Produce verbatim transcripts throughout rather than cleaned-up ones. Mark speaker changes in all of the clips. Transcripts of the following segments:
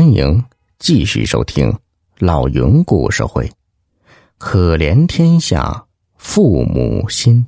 Speaker 1: 欢迎继续收听老云故事会，可怜天下父母心。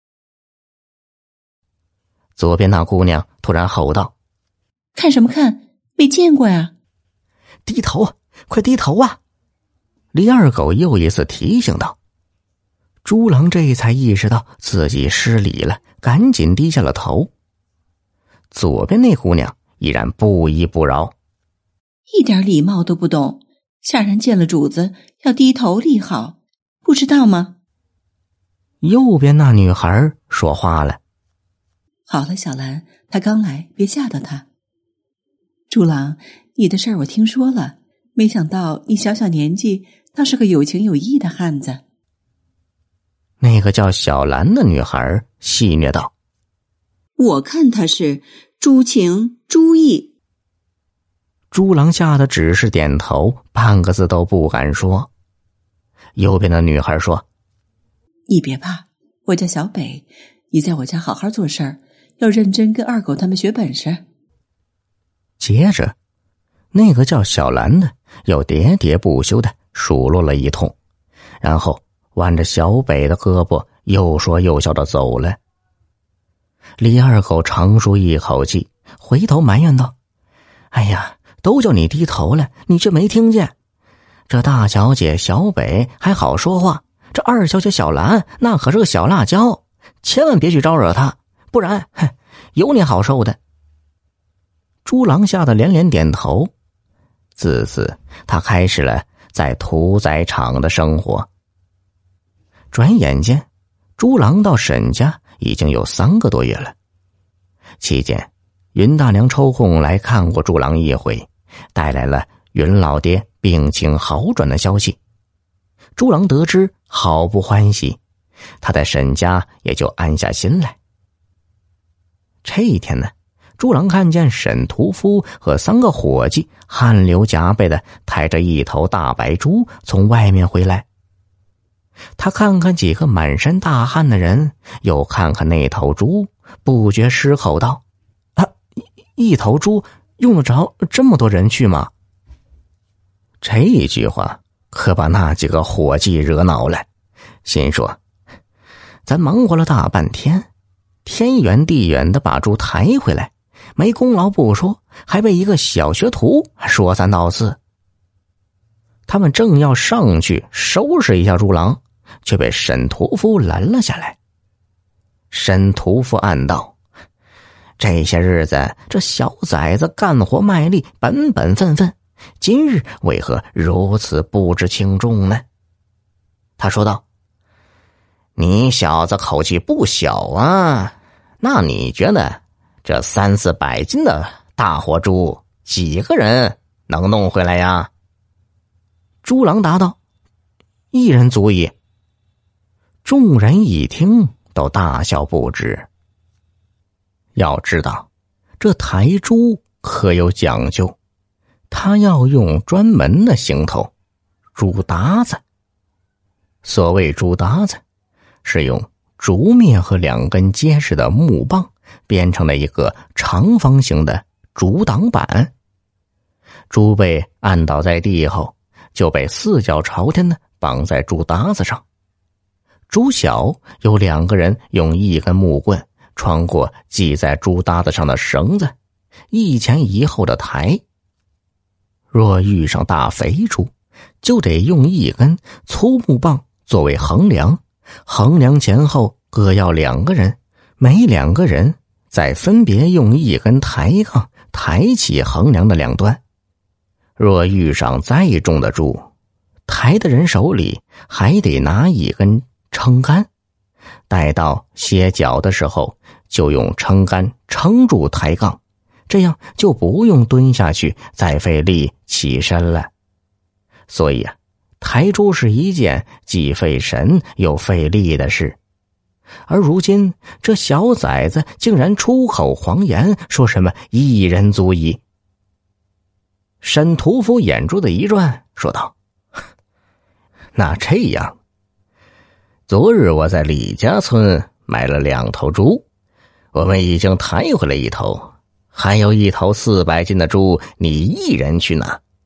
Speaker 1: 左边那姑娘突然吼道：
Speaker 2: 看什么看，没见过呀！
Speaker 1: 低头，快低头啊！李二狗又一次提醒道。猪郎这才意识到自己失礼了，赶紧低下了头。左边那姑娘依然不依不饶，
Speaker 2: 一点礼貌都不懂，下人见了主子要低头立好，不知道吗？
Speaker 1: 右边那女孩说话了：
Speaker 2: 好了，小兰，他刚来，别吓到他。猪郎，你的事儿我听说了，没想到你小小年纪倒是个有情有义的汉子。
Speaker 1: 那个叫小兰的女孩戏谑道：
Speaker 2: 我看他是猪情猪义。
Speaker 1: 猪郎吓得只是点头，半个字都不敢说。右边的女孩说：
Speaker 2: 你别怕，我叫小北，你在我家好好做事儿，要认真跟二狗他们学本事。
Speaker 1: 接着那个叫小兰的又喋喋不休地数落了一通，然后挽着小北的胳膊又说又笑地走了。李二狗长舒一口气，回头埋怨道：哎呀，都叫你低头了，你却没听见。这大小姐小北还好说话，这二小姐小兰那可是个小辣椒，千万别去招惹她，不然哼，有你好受的。猪郎吓得连连点头。自此他开始了在屠宰场的生活。转眼间猪郎到沈家已经有三个多月了。期间云大娘抽空来看过猪郎一回，带来了云老爹病情好转的消息。猪郎得知好不欢喜，他在沈家也就安下心来。这一天呢，猪郎看见沈屠夫和三个伙计汗流浃背的抬着一头大白猪从外面回来。他看看几个满身大汗的人，又看看那头猪，不觉失口道：啊，一头猪用得着这么多人去吗？这一句话可把那几个伙计惹恼了，心说：咱忙活了大半天，天远地远的把猪抬回来，没功劳不说，还被一个小学徒说三道四。他们正要上去收拾一下猪郎，却被沈屠夫拦了下来。沈屠夫暗道：这些日子这小崽子干活卖力，本本分分，今日为何如此不知轻重呢？他说道：你小子口气不小啊，那你觉得这三四百斤的大活猪几个人能弄回来呀？猪郎答道：一人足矣。众人一听都大笑不止。要知道这抬猪可有讲究，他要用专门的行头，猪搭子。所谓猪搭子，是用竹篾和两根结实的木棒编成了一个长方形的竹挡板。猪被按倒在地后，就被四脚朝天的绑在猪搭子上。猪小有两个人用一根木棍穿过系在猪搭子上的绳子，一前一后的抬。若遇上大肥猪，就得用一根粗木棒作为横梁，横梁前后各要两个人，每两个人再分别用一根抬杠抬起横梁的两端。若遇上再重的猪，抬的人手里还得拿一根撑杆，待到歇脚的时候，就用撑杆撑住抬杠，这样就不用蹲下去再费力起身了。所以啊，抬猪是一件既费神又费力的事。而如今这小崽子竟然出口谎言，说什么一人足矣。沈屠夫眼珠子一转，说道：那这样，昨日我在李家村买了两头猪，我们已经抬回来一头，还有一头四百斤的猪，你一人去拿，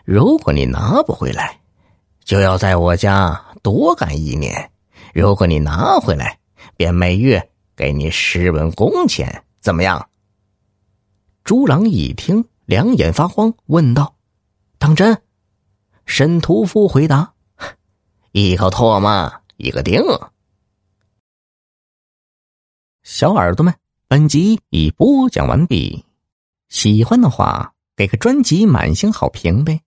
Speaker 1: 如果你拿不回来，就要在我家多干一年；如果你拿回来，便每月给你十文工钱，怎么样？”朱郎一听，两眼发慌，问道：“当真？”沈屠夫回答：“一口唾沫一个钉。”小耳朵们，本集已播讲完毕，喜欢的话给个专辑满星好评呗。